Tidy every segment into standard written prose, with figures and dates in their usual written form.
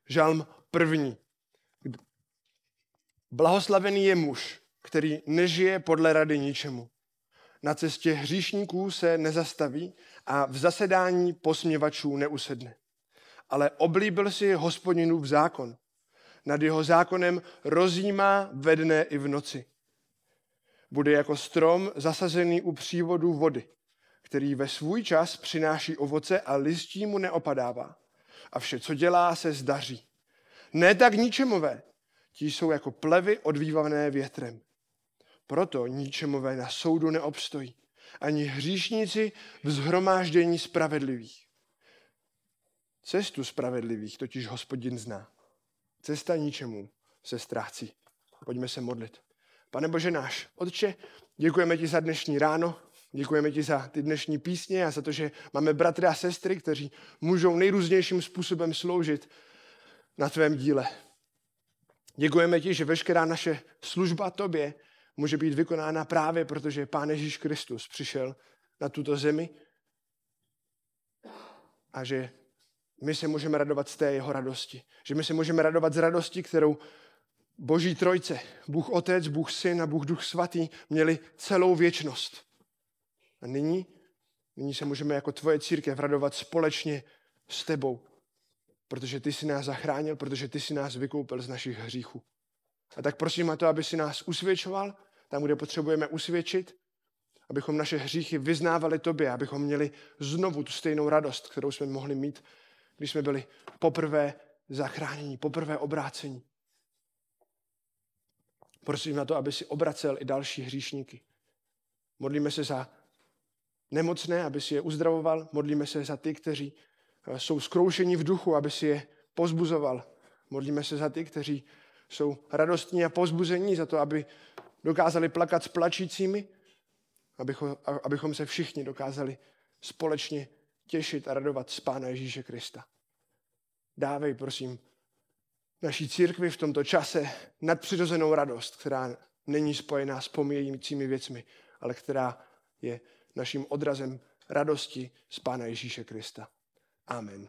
Žalm 1. Blahoslavený je muž, který nežije podle rady ničemu. Na cestě hříšníků se nezastaví a v zasedání posměvačů neusedne. Ale oblíbil si Hospodinův zákon. Nad jeho zákonem rozjímá ve dne i v noci. Bude jako strom zasazený u přívodu vody, který ve svůj čas přináší ovoce a listí mu neopadává. A vše, co dělá, se zdaří. Ne tak ničemové. Ti jsou jako plevy odvívané větrem. Proto ničemové na soudu neobstojí. Ani hříšníci v shromáždění spravedlivých. Cestu spravedlivých totiž Hospodin zná. Cesta ničemu se ztrácí. Pojďme se modlit. Pane Bože náš, Otče, děkujeme ti za dnešní ráno, děkujeme ti za ty dnešní písně a za to, že máme bratry a sestry, kteří můžou nejrůznějším způsobem sloužit na tvém díle. Děkujeme ti, že veškerá naše služba tobě může být vykonána právě protože Pán Ježíš Kristus přišel na tuto zemi a že my se můžeme radovat z té jeho radosti. Že my se můžeme radovat z radosti, kterou Boží Trojce, Bůh Otec, Bůh Syn a Bůh Duch Svatý měli celou věčnost. A nyní se můžeme jako tvoje církev radovat společně s tebou, protože ty jsi nás zachránil, protože ty jsi nás vykoupil z našich hříchů. A tak prosím a to, aby si nás usvědčoval tam, kde potřebujeme usvědčit, abychom naše hříchy vyznávali tobě, abychom měli znovu tu stejnou radost, kterou jsme mohli mít, když jsme byli poprvé zachráněni, poprvé obrácení. Prosím na to, aby si obracel i další hříšníky. Modlíme se za nemocné, aby si je uzdravoval. Modlíme se za ty, kteří jsou zkroušeni v duchu, aby si je pozbuzoval. Modlíme se za ty, kteří jsou radostní a pozbuzení, za to, aby dokázali plakat s plačícími, abychom se všichni dokázali společně těšit a radovat z Pána Ježíše Krista. Dávej, prosím, naší církvi v tomto čase nadpřirozenou radost, která není spojená s pomíjejícími věcmi, ale která je naším odrazem radosti z Pána Ježíše Krista. Amen.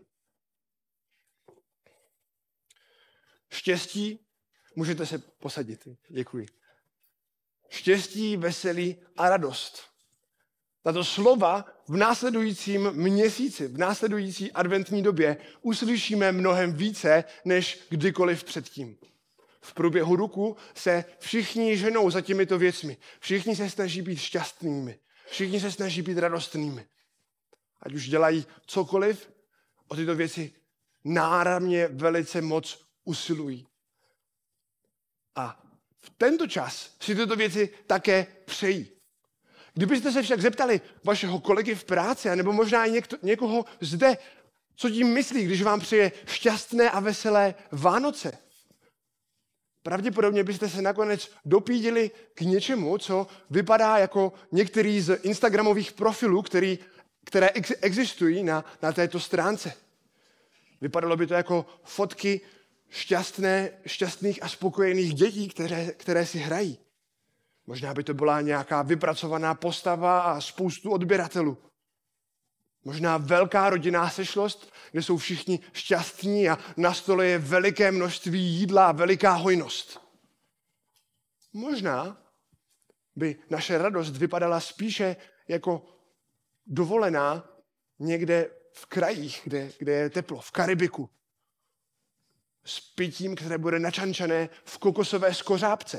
Štěstí, můžete se posadit, děkuji. Štěstí, veselí a radost. Tato slova v následujícím měsíci, v následující adventní době uslyšíme mnohem více, než kdykoliv předtím. V průběhu roku se všichni ženou za těmito věcmi. Všichni se snaží být šťastnými. Všichni se snaží být radostnými. Ať už dělají cokoliv, o tyto věci náramně velice moc usilují. A v tento čas si tyto věci také přejí. Kdybyste se však zeptali vašeho kolegy v práci, nebo možná i někoho zde, co tím myslí, když vám přeje šťastné a veselé Vánoce, pravděpodobně byste se nakonec dopídili k něčemu, co vypadá jako některý z instagramových profilů, které existují na této stránce. Vypadalo by to jako fotky šťastných a spokojených dětí, které si hrají. Možná by to byla nějaká vypracovaná postava a spoustu odběratelů. Možná velká rodinná sešlost, kde jsou všichni šťastní a na stole je veliké množství jídla a veliká hojnost. Možná by naše radost vypadala spíše jako dovolená někde v krajích, kde je teplo, v Karibiku. S pitím, které bude načančané v kokosové skořápce.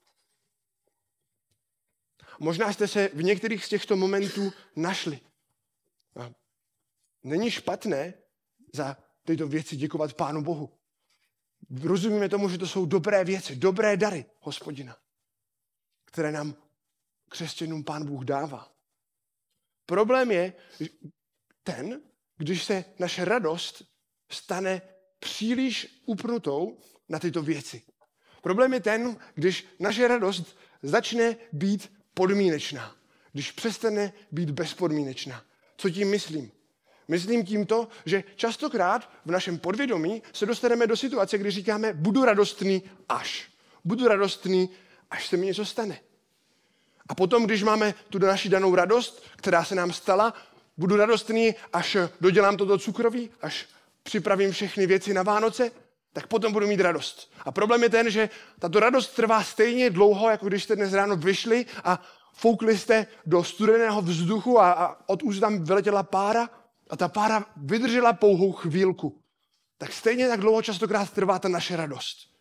Možná jste se v některých z těchto momentů našli. A není špatné za tyto věci děkovat Pánu Bohu. Rozumíme tomu, že to jsou dobré věci, dobré dary Hospodina, které nám křesťanům Pán Bůh dává. Problém je ten, když se naše radost stane příliš upnutou na tyto věci. Problém je ten, když naše radost začne být podmínečná, když přestane být bezpodmínečná. Co tím myslím? Myslím tím to, že častokrát v našem podvědomí se dostaneme do situace, kdy říkáme, budu radostný až. Budu radostný, až se mi něco stane. A potom, když máme tu naši danou radost, která se nám stala, budu radostný, až dodělám toto cukroví, až připravím všechny věci na Vánoce. tak potom budu mít radost. A problém je ten, že tato radost trvá stejně dlouho, jako když jste dnes ráno vyšli a foukli jste do studeného vzduchu a od úst tam vyletěla pára a ta pára vydržela pouhou chvílku. Tak stejně tak dlouho častokrát trvá ta naše radost.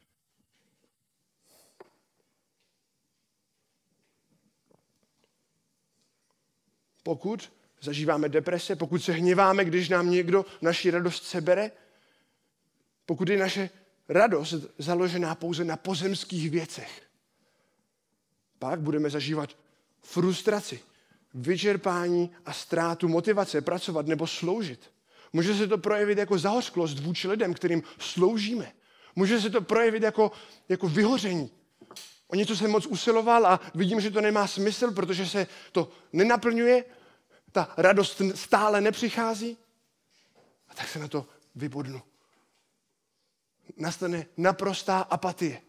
Pokud zažíváme deprese, pokud se hněváme, když nám někdo naši radost sebere, pokud je naše radost založená pouze na pozemských věcech, pak budeme zažívat frustraci, vyčerpání a ztrátu motivace pracovat nebo sloužit. Může se to projevit jako zahořklost vůči lidem, kterým sloužíme. Může se to projevit jako vyhoření. O něco jsem moc usiloval a vidím, že to nemá smysl, protože se to nenaplňuje, ta radost stále nepřichází. A tak se na to vybodnu. Nastane naprostá apatie.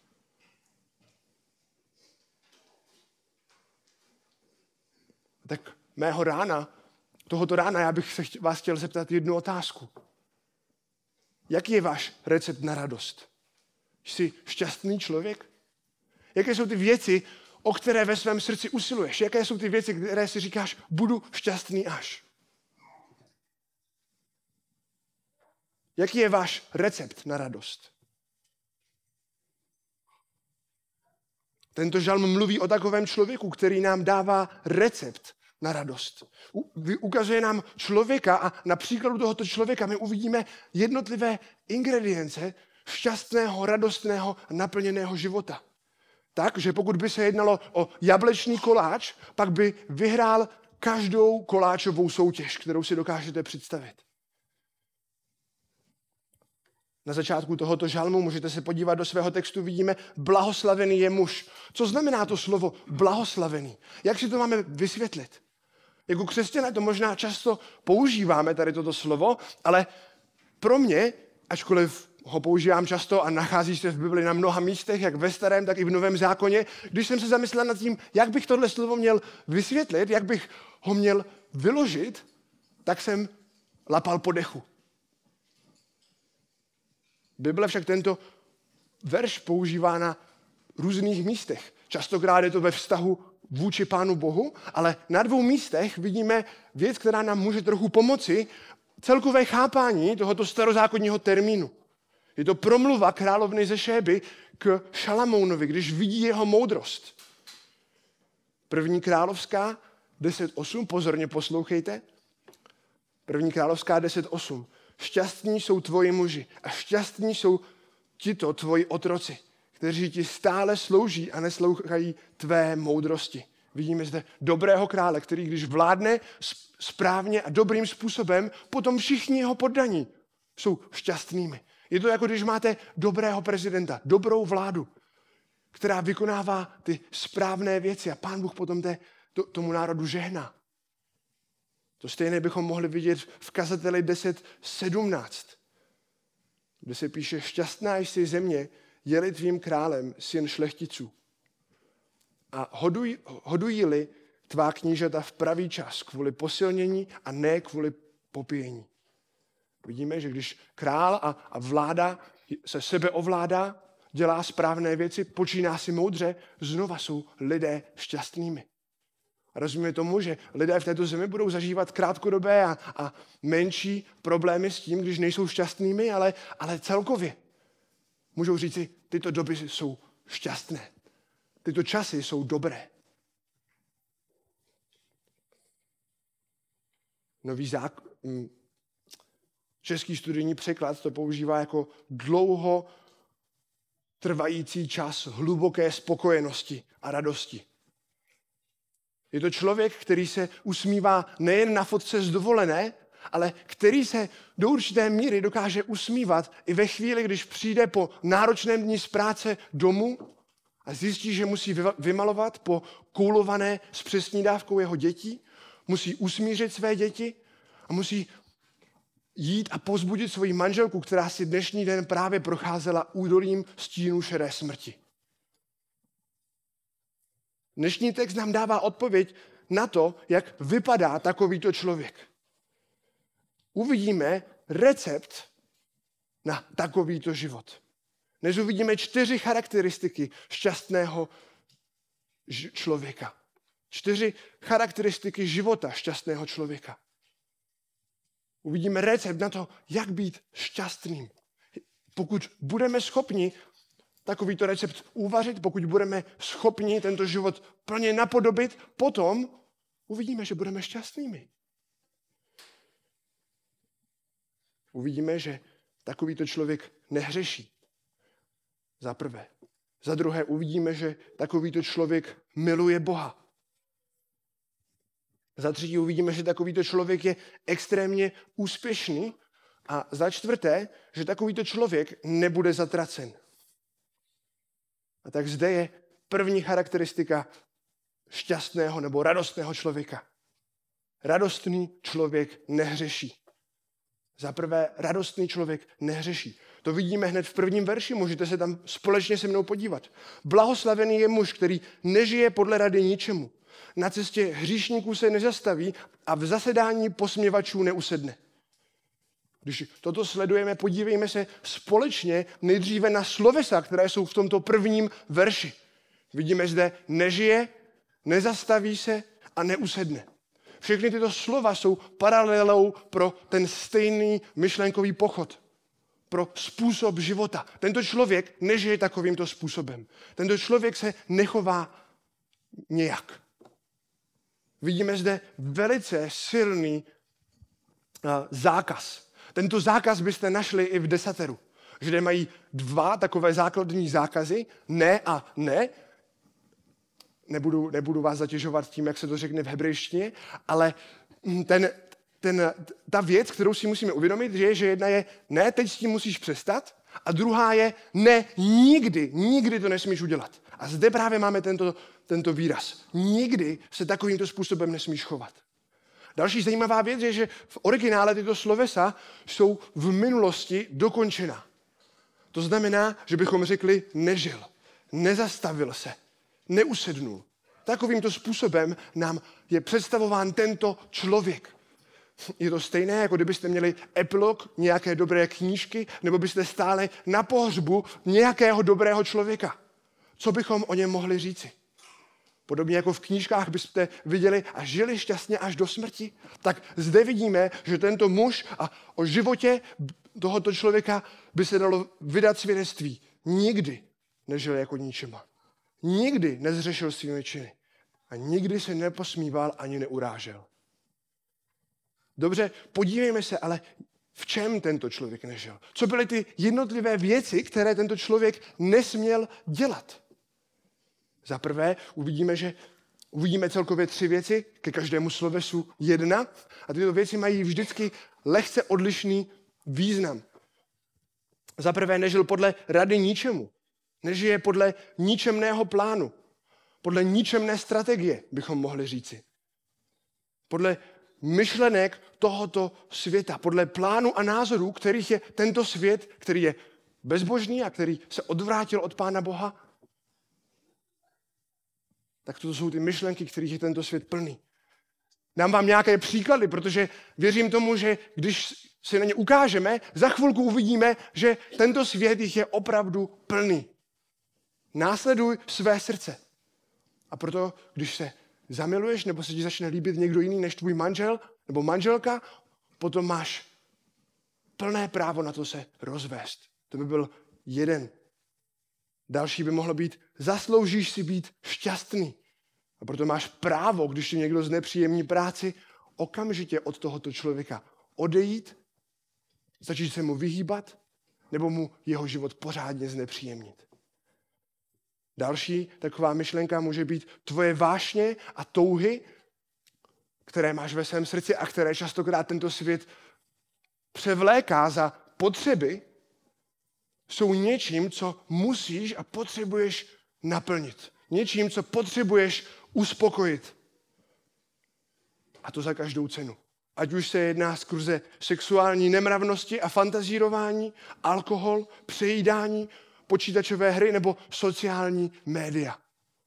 Tak tohoto rána, já bych se vás chtěl zeptat jednu otázku. Jaký je váš recept na radost? Jsi šťastný člověk? Jaké jsou ty věci, o které ve svém srdci usiluješ? Jaké jsou ty věci, které si říkáš, budu šťastný až? Jaký je váš recept na radost? Tento žalm mluví o takovém člověku, který nám dává recept na radost. Ukazuje nám člověka a na příkladu tohoto člověka my uvidíme jednotlivé ingredience šťastného, radostného a naplněného života. Tak, že pokud by se jednalo o jablečný koláč, pak by vyhrál každou koláčovou soutěž, kterou si dokážete představit. Na začátku tohoto žalmu můžete se podívat do svého textu, vidíme, blahoslavený je muž. Co znamená to slovo blahoslavený? Jak si to máme vysvětlit? Jako křesťané to možná často používáme, tady toto slovo, ale pro mě, ačkoliv ho používám často a nachází se v Bibli na mnoha místech, jak ve Starém, tak i v Novém zákoně, když jsem se zamyslel nad tím, jak bych tohle slovo měl vysvětlit, jak bych ho měl vyložit, tak jsem lapal po dechu. Bible však tento verš používá na různých místech. Častokrát je to ve vztahu vůči Pánu Bohu, ale na 2 místech vidíme věc, která nám může trochu pomoci celkové chápání tohoto starozákonního termínu. Je to promluva královny ze Šéby k Šalamounovi, když vidí jeho moudrost. 1. královská 10.8, pozorně poslouchejte. 1. královská 10.8. Šťastní jsou tvoji muži a šťastní jsou tito tvoji otroci, kteří ti stále slouží a neslouchají tvé moudrosti. Vidíme zde dobrého krále, který když vládne správně a dobrým způsobem, potom všichni jeho poddaní jsou šťastnými. Je to jako když máte dobrého prezidenta, dobrou vládu, která vykonává ty správné věci a Pán Bůh potom tomu národu žehná. To stejné bychom mohli vidět v kazateli 10.17, kde se píše, šťastná jsi země, je-li tvým králem syn šlechticů. A hodují-li tvá knížata v pravý čas kvůli posilnění a ne kvůli popíjení. Vidíme, že když král a vláda se sebe ovládá, dělá správné věci, počíná si moudře, znova jsou lidé šťastnými. A rozumíme tomu, že lidé v této zemi budou zažívat krátkodobé a menší problémy s tím, když nejsou šťastnými, ale celkově můžou říci, tyto doby jsou šťastné. Tyto časy jsou dobré. Český studijní překlad to používá jako dlouho trvající čas hluboké spokojenosti a radosti. Je to člověk, který se usmívá nejen na fotce z dovolené, ale který se do určité míry dokáže usmívat i ve chvíli, když přijde po náročném dni z práce domů a zjistí, že musí vymalovat po koulované s přesní dávkou jeho dětí, musí usmířit své děti a musí jít a povzbudit svoji manželku, která si dnešní den právě procházela údolím stínu šedé smrti. Dnešní text nám dává odpověď na to, jak vypadá takovýto člověk. Uvidíme recept na takovýto život. Dnes uvidíme 4 charakteristiky šťastného člověka. 4 charakteristiky života šťastného člověka. Uvidíme recept na to, jak být šťastným. Pokud budeme schopni takovýto recept uvařit, pokud budeme schopni tento život plně napodobit, potom uvidíme, že budeme šťastnými. Uvidíme, že takovýto člověk nehřeší. Za prvé. Za druhé uvidíme, že takovýto člověk miluje Boha. Za třetí uvidíme, že takovýto člověk je extrémně úspěšný. A za čtvrté, že takovýto člověk nebude zatracen. A tak zde je první charakteristika šťastného nebo radostného člověka. Radostný člověk nehřeší. Za prvé, radostný člověk nehřeší. To vidíme hned v prvním verši, můžete se tam společně se mnou podívat. Blahoslavený je muž, který nežije podle rady ničemu. Na cestě hříšníků se nezastaví a v zasedání posměvačů neusedne. Když toto sledujeme, podívejme se společně nejdříve na slovesa, které jsou v tomto prvním verši. Vidíme zde nežije, nezastaví se a neusedne. Všechny tyto slova jsou paralelou pro ten stejný myšlenkový pochod, pro způsob života. Tento člověk nežije takovýmto způsobem. Tento člověk se nechová nějak. Vidíme zde velice silný zákaz. Tento zákaz byste našli i v desateru. Židé mají 2 takové základní zákazy, ne a ne. Nebudu vás zatěžovat tím, jak se to řekne v hebrejštině, ale ta věc, kterou si musíme uvědomit, že jedna je ne, teď s tím musíš přestat, a druhá je ne, nikdy to nesmíš udělat. A zde právě máme tento výraz. Nikdy se takovýmto způsobem nesmíš chovat. Další zajímavá věc je, že v originále tyto slovesa jsou v minulosti dokončena. To znamená, že bychom řekli nežil, nezastavil se, neusednul. Takovýmto způsobem nám je představován tento člověk. Je to stejné, jako kdybyste měli epilog nějaké dobré knížky, nebo byste stáli na pohřbu nějakého dobrého člověka. Co bychom o něm mohli říci? Podobně jako v knížkách byste viděli a žili šťastně až do smrti, tak zde vidíme, že tento muž a o životě tohoto člověka by se dalo vydat svědectví. Nikdy nežil jako ničema. Nikdy nezřešil svými činy. A nikdy se neposmíval ani neurážel. Dobře, podívejme se, ale v čem tento člověk nežil? Co byly ty jednotlivé věci, které tento člověk nesměl dělat? Za prvé uvidíme celkově 3 věci, ke každému slovesu 1, a tyto věci mají vždycky lehce odlišný význam. Za prvé nežil podle rady ničemu. Nežije podle ničemného plánu. Podle ničemné strategie, bychom mohli říci. Podle myšlenek tohoto světa. Podle plánu a názorů, kterých je tento svět, který je bezbožný a který se odvrátil od Pána Boha. Tak to jsou ty myšlenky, kterých je tento svět plný. Dám vám nějaké příklady, protože věřím tomu, že když si na ně ukážeme, za chvilku uvidíme, že tento svět jich je opravdu plný. Následuj své srdce. A proto, když se zamiluješ, nebo se ti začne líbit někdo jiný než tvůj manžel nebo manželka, potom máš plné právo na to se rozvést. To by byl jeden. Další by mohlo být, zasloužíš si být šťastný. A proto máš právo, když ti někdo znepříjemní práci, okamžitě od tohoto člověka odejít, začít se mu vyhýbat, nebo mu jeho život pořádně znepříjemnit. Další taková myšlenka může být tvoje vášně a touhy, které máš ve svém srdci a které častokrát tento svět převléká za potřeby, jsou něčím, co musíš a potřebuješ naplnit. Něčím, co potřebuješ uspokojit. A to za každou cenu. Ať už se jedná skrze sexuální nemravnosti a fantazírování, alkohol, přejídání, počítačové hry nebo sociální média.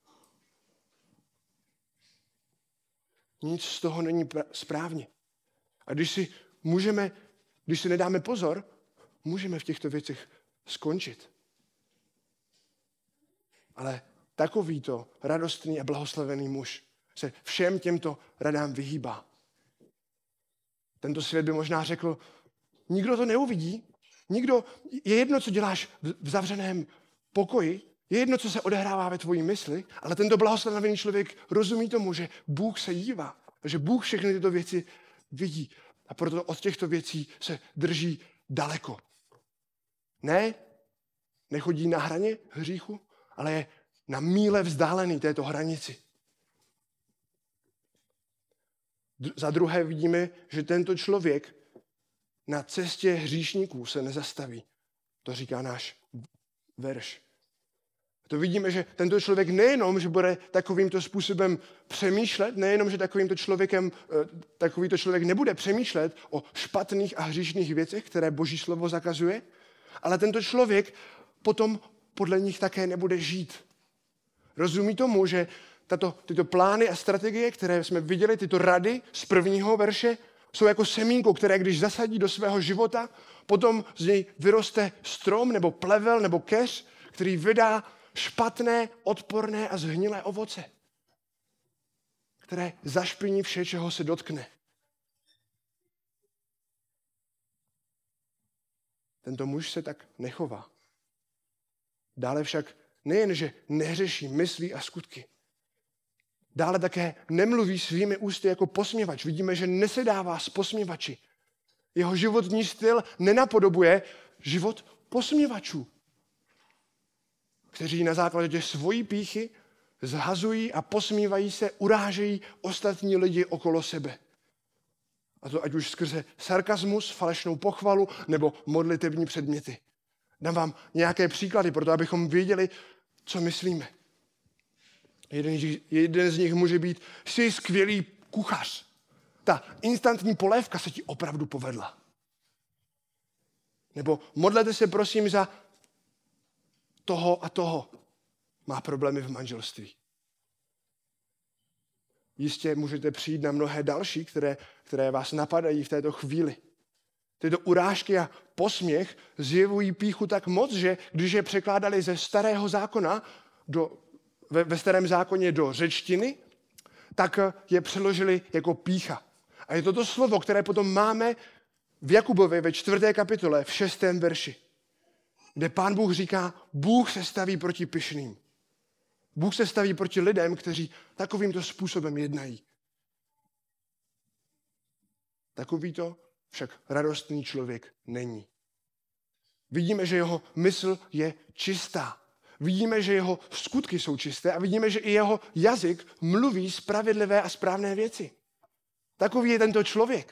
Nic z toho není správně. A když si nedáme pozor, můžeme v těchto věcech skončit. Ale takovýto radostný a blahoslavený muž se všem těmto radám vyhýbá. Tento svět by možná řekl, nikdo to neuvidí, je jedno, co děláš v zavřeném pokoji, je jedno, co se odehrává ve tvojí mysli, ale tento blahoslavený člověk rozumí tomu, že Bůh se dívá, že Bůh všechny tyto věci vidí a proto od těchto věcí se drží daleko. Nechodí na hraně hříchu, ale je na míle vzdálený této hranici. Za druhé vidíme, že tento člověk na cestě hříšníků se nezastaví. To říká náš verš. To vidíme, že tento člověk nejenom, že bude takovýmto způsobem přemýšlet, nejenom, že takovýto člověk nebude přemýšlet o špatných a hříšných věcech, které Boží slovo zakazuje, ale tento člověk potom podle nich také nebude žít. Rozumí tomu, že tyto plány a strategie, které jsme viděli, tyto rady z prvního verše, jsou jako semínko, které když zasadí do svého života, potom z něj vyroste strom nebo plevel nebo keř, který vydá špatné, odporné a zhnilé ovoce, které zašpiní vše, čeho se dotkne. Tento muž se tak nechová. Dále však nejenže nehřeší myslí a skutky, dále také nemluví svými ústy jako posměvač. Vidíme, že nesedává s posměvači. Jeho životní styl nenapodobuje život posměvačů, kteří na základě svojí pýchy zhazují a posmívají se, urážejí ostatní lidi okolo sebe. A to ať už skrze sarkazmus, falešnou pochvalu nebo modlitební předměty. Dám vám nějaké příklady, proto abychom věděli, co myslíme. Jeden z nich může být, jsi skvělý kuchař. Ta instantní polévka se ti opravdu povedla. Nebo modlete se prosím za toho a toho. Má problémy v manželství. Jistě můžete přijít na mnohé další, které vás napadají v této chvíli. Tyto urážky a posměch zjevují pýchu tak moc, že když je překládali ze starého zákona ve starém zákoně do řečtiny, tak je přeložili jako pýcha. A je to slovo, které potom máme v Jakubovi ve 4. kapitole v 6. verši, kde Pán Bůh říká, Bůh se staví proti pyšným. Bůh se staví proti lidem, kteří takovýmto způsobem jednají. Takovýto však radostný člověk není. Vidíme, že jeho mysl je čistá. Vidíme, že jeho skutky jsou čisté a vidíme, že i jeho jazyk mluví spravedlivé a správné věci. Takový je tento člověk.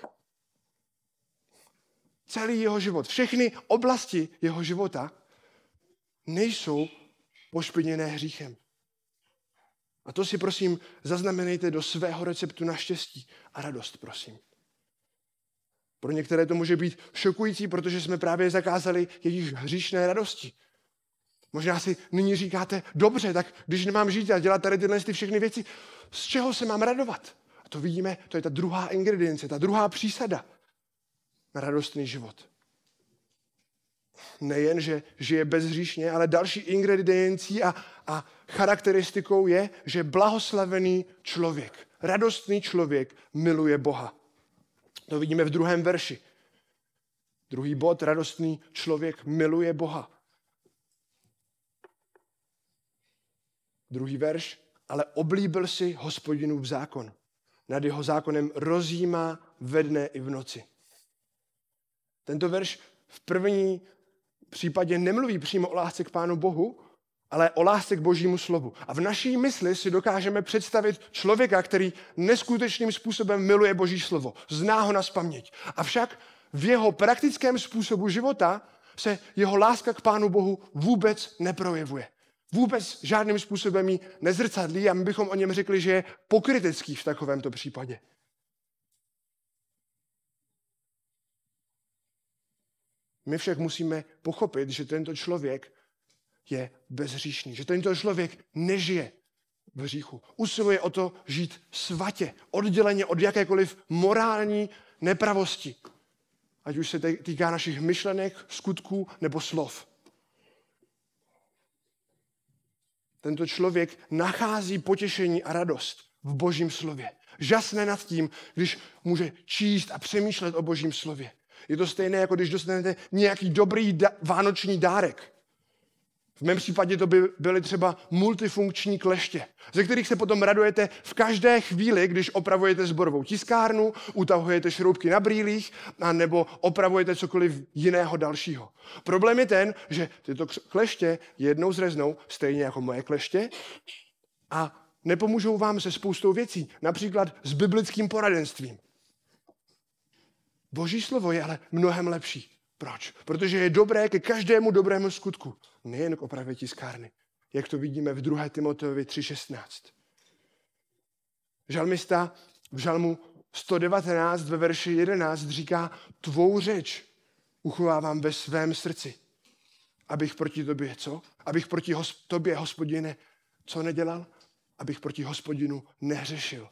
Celý jeho život, všechny oblasti jeho života nejsou pošpiněné hříchem. A to si prosím zaznamenejte do svého receptu na štěstí a radost, prosím. Pro některé to může být šokující, protože jsme právě zakázali jejich hříšné radosti. Možná si nyní říkáte, dobře, tak když nemám žít a dělat tady tyhle všechny věci, z čeho se mám radovat? A to vidíme, to je ta druhá ingredience, ta druhá přísada na radostný život. Nejen, že žije bezhříšně, ale další ingrediencí a charakteristikou je, že blahoslavený člověk, radostný člověk miluje Boha. To vidíme v 2. verši. Druhý bod, radostný člověk miluje Boha. 2. verš, ale oblíbil si Hospodinův zákon. Nad jeho zákonem rozjímá ve dne i v noci. Tento verš v první případě nemluví přímo o lásce k Pánu Bohu, ale o lásce k Božímu slovu. A v naší mysli si dokážeme představit člověka, který neskutečným způsobem miluje Boží slovo. Zná ho nazpaměť. Avšak v jeho praktickém způsobu života se jeho láska k Pánu Bohu vůbec neprojevuje. Vůbec žádným způsobem ji nezrcadlí a my bychom o něm řekli, že je pokrytecký v takovémto případě. My však musíme pochopit, že tento člověk je bezhříšný, že tento člověk nežije v hříchu. Usiluje o to žít svatě, odděleně od jakékoliv morální nepravosti. ať už se týká našich myšlenek, skutků nebo slov. Tento člověk nachází potěšení a radost v Božím slově. Žasne nad tím, když může číst a přemýšlet o Božím slově. Je to stejné, jako když dostanete nějaký dobrý vánoční dárek. V mém případě to by byly třeba multifunkční kleště, ze kterých se potom radujete v každé chvíli, když opravujete sborovou tiskárnu, utahujete šroubky na brýlích nebo opravujete cokoliv jiného dalšího. Problém je ten, že tyto kleště jednou zreznou, stejně jako moje kleště, a nepomůžou vám se spoustou věcí, například s biblickým poradenstvím. Boží slovo je ale mnohem lepší. Proč? Protože je dobré ke každému dobrému skutku. Nejen k opravě tiskárny. Jak to vidíme v 2. Timoteovi 3.16. Žalmista v žalmu 119 ve verši 11 říká: tvou řeč uchovávám ve svém srdci. Abych proti tobě co? Abych proti tobě, Hospodine, co nedělal? Abych proti Hospodinu nehřešil.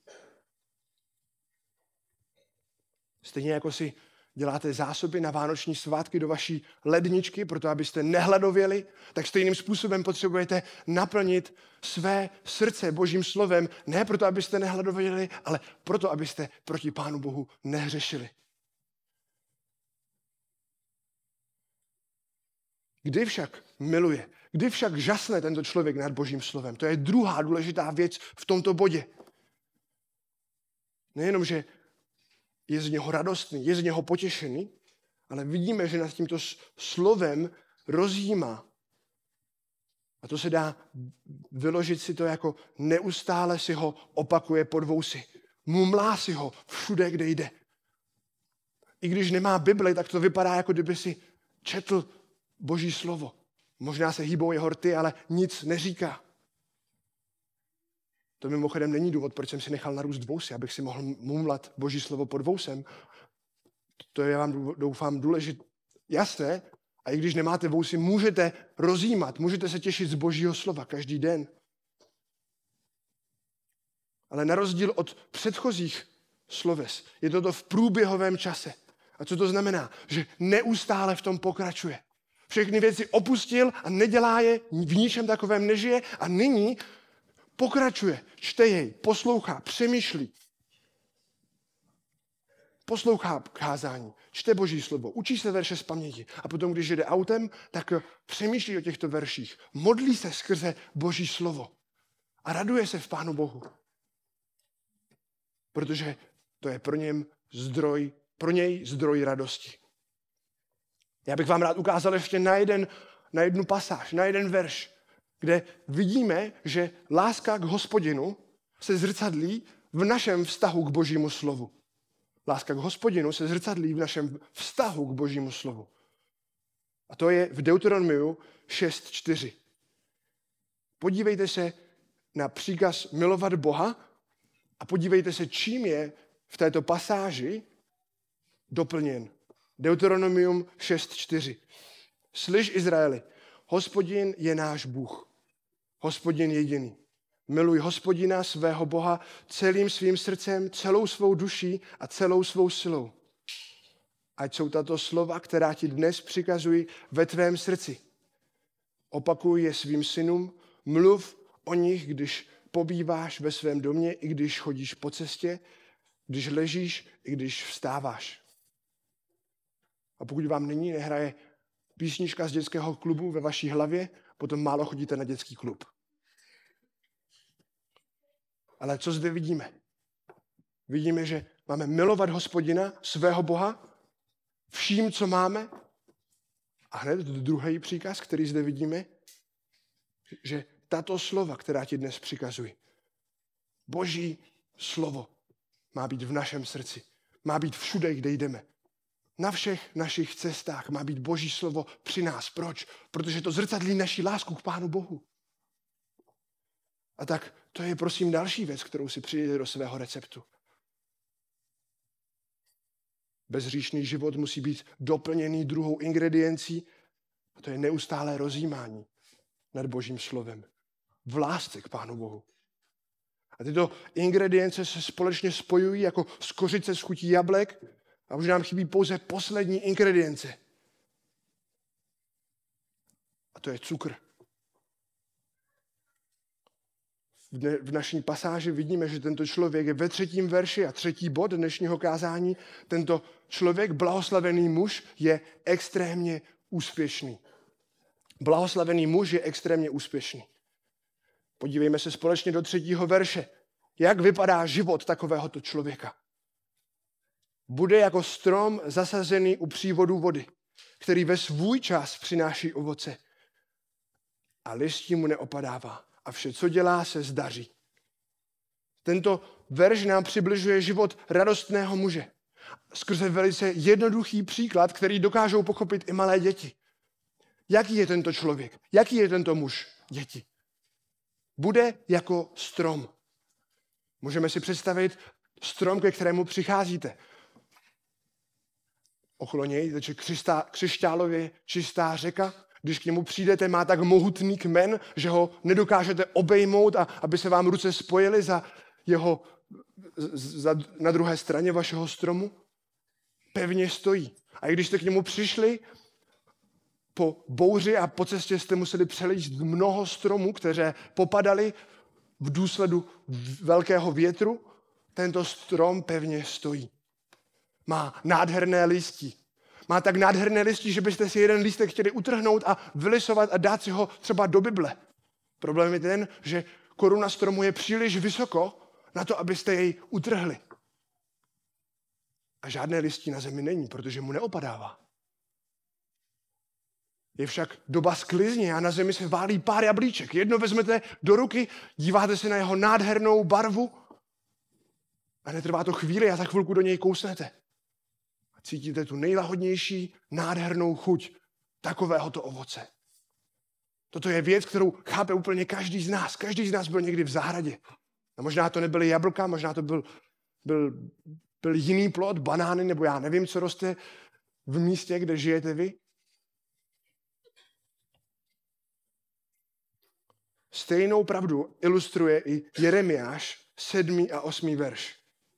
Stejně jako si děláte zásoby na vánoční svátky do vaší ledničky, proto abyste nehladověli, tak stejným způsobem potřebujete naplnit své srdce Božím slovem, ne proto, abyste nehladověli, ale proto, abyste proti Pánu Bohu nehřešili. Kdy však miluje, kdy však žasne tento člověk nad Božím slovem? To je druhá důležitá věc v tomto bodě. Nejenom, že je z něho radostný, je z něho potěšený, ale vidíme, že nad tímto slovem rozjímá. A to se dá vyložit si to jako neustále si ho opakuje pod vousy. Mumlá si ho všude, kde jde. I když nemá Bibli, tak to vypadá, jako kdyby si četl Boží slovo. Možná se hýbou jeho rty, ale nic neříká. To mimochodem není důvod, proč jsem si nechal narůst vousy, abych si mohl mumlat Boží slovo pod vousem. To je vám, doufám, důležité. Jasné, a i když nemáte vousy, můžete rozjímat, můžete se těšit z Božího slova každý den. Ale na rozdíl od předchozích sloves je toto v průběhovém čase. A co to znamená? Že neustále v tom pokračuje. Všechny věci opustil a nedělá je, v ničem takovém nežije a nyní pokračuje, čte jej, poslouchá, přemýšlí. Poslouchá kázání, čte Boží slovo, učí se verše z paměti a potom, když jede autem, tak přemýšlí o těchto verších. Modlí se skrze Boží slovo a raduje se v Pánu Bohu. Protože to je pro něj zdroj radosti. Já bych vám rád ukázal ještě na jednu pasáž, na jeden verš, kde vidíme, že láska k Hospodinu se zrcadlí v našem vztahu k Božímu slovu. Láska k Hospodinu se zrcadlí v našem vztahu k Božímu slovu. A to je v Deuteronomiu 6.4. Podívejte se na příkaz milovat Boha a podívejte se, čím je v této pasáži doplněn. Deuteronomium 6.4. Slyš, Izraeli, Hospodin je náš Bůh. Hospodin jediný. Miluj Hospodina, svého Boha, celým svým srdcem, celou svou duší a celou svou silou. Ať jsou tato slova, která ti dnes přikazují, ve tvém srdci. Opakuj je svým synům, mluv o nich, když pobýváš ve svém domě, i když chodíš po cestě, když ležíš, i když vstáváš. A pokud vám nyní nehraje písnička z dětského klubu ve vaší hlavě, potom málo chodíte na dětský klub. Ale co zde vidíme? Vidíme, že máme milovat Hospodina, svého Boha, vším, co máme. A hned druhý příkaz, který zde vidíme, že tato slova, která ti dnes přikazují, Boží slovo má být v našem srdci. Má být všude, kde jdeme. Na všech našich cestách má být Boží slovo při nás. Proč? Protože to zrcadlí naši lásku k Pánu Bohu. A tak to je prosím další věc, kterou si přijde do svého receptu. Bezhříšný život musí být doplněný druhou ingrediencí a to je neustálé rozjímání nad Božím slovem. V lásce k Pánu Bohu. A tyto ingredience se společně spojují jako skořice s chutí jablek A už nám chybí pouze poslední ingredience. A to je cukr. V naší pasáži vidíme, že tento člověk je ve 3. verši a 3. bod dnešního kázání. Tento člověk, blahoslavený muž, je extrémně úspěšný. Blahoslavený muž je extrémně úspěšný. Podívejme se společně do 3. verše. Jak vypadá život takovéhoto člověka? Bude jako strom zasazený u přívodu vody, který ve svůj čas přináší ovoce. A listí mu neopadává. A vše, co dělá, se zdaří. Tento verš nám přibližuje život radostného muže. Skrze velice jednoduchý příklad, který dokážou pochopit i malé děti. Jaký je tento člověk? Jaký je tento muž? Děti. Bude jako strom. Můžeme si představit strom, ke kterému přicházíte. Okolo něj teče křišťálově čistá řeka. Když k němu přijdete, má tak mohutný kmen, že ho nedokážete obejmout, a aby se vám ruce spojily na druhé straně vašeho stromu. Pevně stojí. A i když jste k němu přišli, po bouři a po cestě jste museli přelíst mnoho stromů, které popadaly v důsledku velkého větru, tento strom pevně stojí. Má nádherné listí. Má tak nádherné listí, že byste si jeden lístek chtěli utrhnout a vylisovat a dát si ho třeba do Bible. Problém je ten, že koruna stromu je příliš vysoko na to, abyste jej utrhli. A žádné listí na zemi není, protože mu neopadává. Je však doba sklizně a na zemi se válí pár jablíček. Jedno vezmete do ruky, díváte se na jeho nádhernou barvu a netrvá to chvíli a za chvilku do něj kousnete. A cítíte tu nejlahodnější, nádhernou chuť takovéhoto ovoce. Toto je věc, kterou chápe úplně každý z nás. Každý z nás byl někdy v zahradě. A možná to nebyly jablka, možná to byl jiný plod, banány, nebo já nevím, co roste v místě, kde žijete vy. Stejnou pravdu ilustruje i Jeremiáš 7. a 8. verš.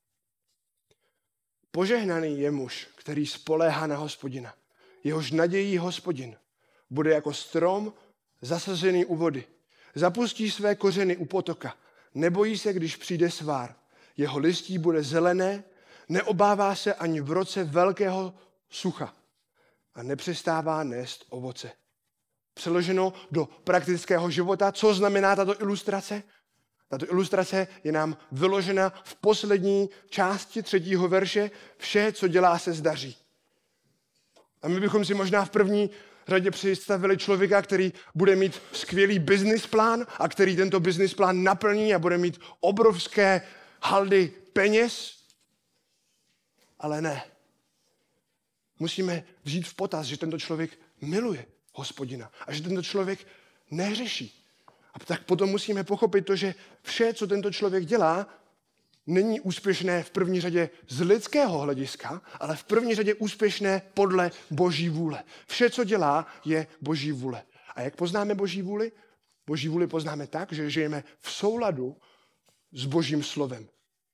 Požehnaný je muž, který spoléhá na Hospodina. Jehož nadějí Hospodin. Bude jako strom zasazený u vody. Zapustí své kořeny u potoka. Nebojí se, když přijde svár. Jeho listí bude zelené, neobává se ani v roce velkého sucha a nepřestává nést ovoce. Přeloženo do praktického života, co znamená tato ilustrace? Tato ilustrace je nám vyložena v poslední části 3. verše. Vše, co dělá, se zdaří. A my bychom si možná v první řadě představili člověka, který bude mít skvělý business plán a který tento business plán naplní a bude mít obrovské haldy peněz. Ale ne. Musíme vzít v potaz, že tento člověk miluje Hospodina a že tento člověk nehřeší. A tak potom musíme pochopit to, že vše, co tento člověk dělá, není úspěšné v první řadě z lidského hlediska, ale v první řadě úspěšné podle Boží vůle. Vše, co dělá, je Boží vůle. A jak poznáme Boží vůli? Boží vůli poznáme tak, že žijeme v souladu s Božím slovem.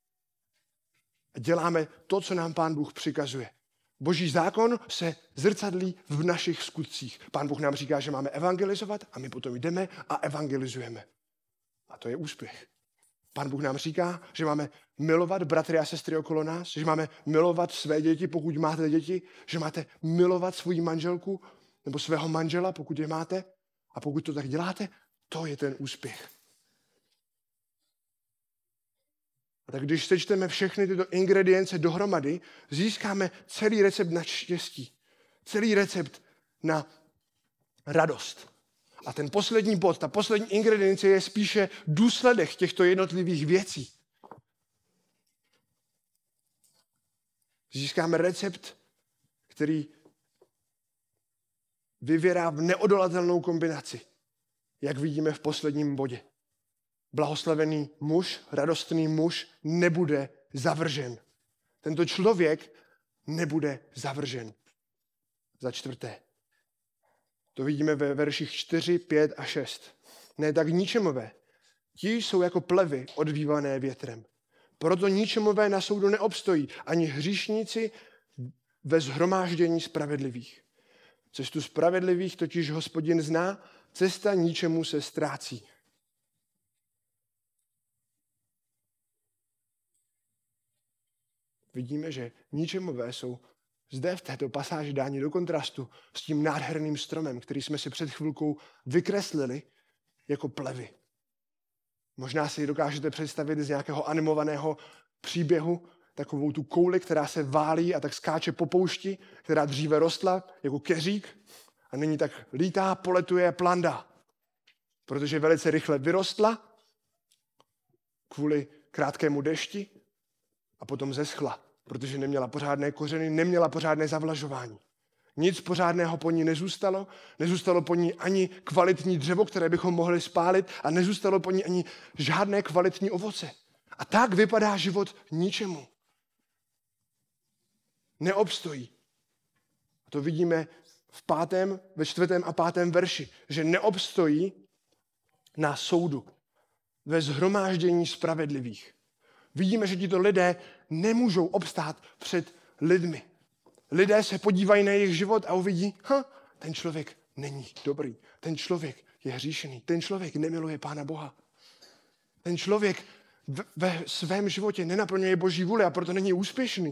A děláme to, co nám Pán Bůh přikazuje. Boží zákon se zrcadlí v našich skutcích. Pán Bůh nám říká, že máme evangelizovat a my potom jdeme a evangelizujeme. A to je úspěch. Pán Bůh nám říká, že máme milovat bratry a sestry okolo nás, že máme milovat své děti, pokud máte děti, že máte milovat svou manželku nebo svého manžela, pokud je máte. A pokud to tak děláte, to je ten úspěch. A tak když sečteme všechny tyto ingredience dohromady, získáme celý recept na štěstí. Celý recept na radost. A ten poslední bod, ta poslední ingredience je spíše důsledek těchto jednotlivých věcí. Získáme recept, který vyvěrá v neodolatelnou kombinaci, jak vidíme v posledním bodě. Blahoslavený muž, radostný muž nebude zavržen. Tento člověk nebude zavržen. Za čtvrté. To vidíme ve verších 4, 5 a 6. Ne tak ničemové. Ti jsou jako plevy odvívané větrem. Proto ničemové na soudu neobstojí. Ani hříšníci ve shromáždění spravedlivých. Cestu spravedlivých totiž Hospodin zná, cesta ničemu se ztrácí. Vidíme, že ničemové jsou zde v této pasáži dáni do kontrastu s tím nádherným stromem, který jsme si před chvilkou vykreslili jako plevy. Možná si dokážete představit z nějakého animovaného příběhu takovou tu kouli, která se válí a tak skáče po poušti, která dříve rostla jako keřík a nyní tak lítá, poletuje, plandá. Protože velice rychle vyrostla kvůli krátkému dešti a potom zeschla, protože neměla pořádné kořeny, neměla pořádné zavlažování. Nic pořádného po ní nezůstalo, nezůstalo po ní ani kvalitní dřevo, které bychom mohli spálit a nezůstalo po ní ani žádné kvalitní ovoce. A tak vypadá život ničemu. Neobstojí. A to vidíme ve 4. a 5. verši, že neobstojí na soudu, ve shromáždění spravedlivých. Vidíme, že tito lidé nemůžou obstát před lidmi. Lidé se podívají na jejich život a uvidí, ten člověk není dobrý, ten člověk je hříšený, ten člověk nemiluje Pána Boha. Ten člověk ve svém životě nenaplňuje Boží vůli a proto není úspěšný.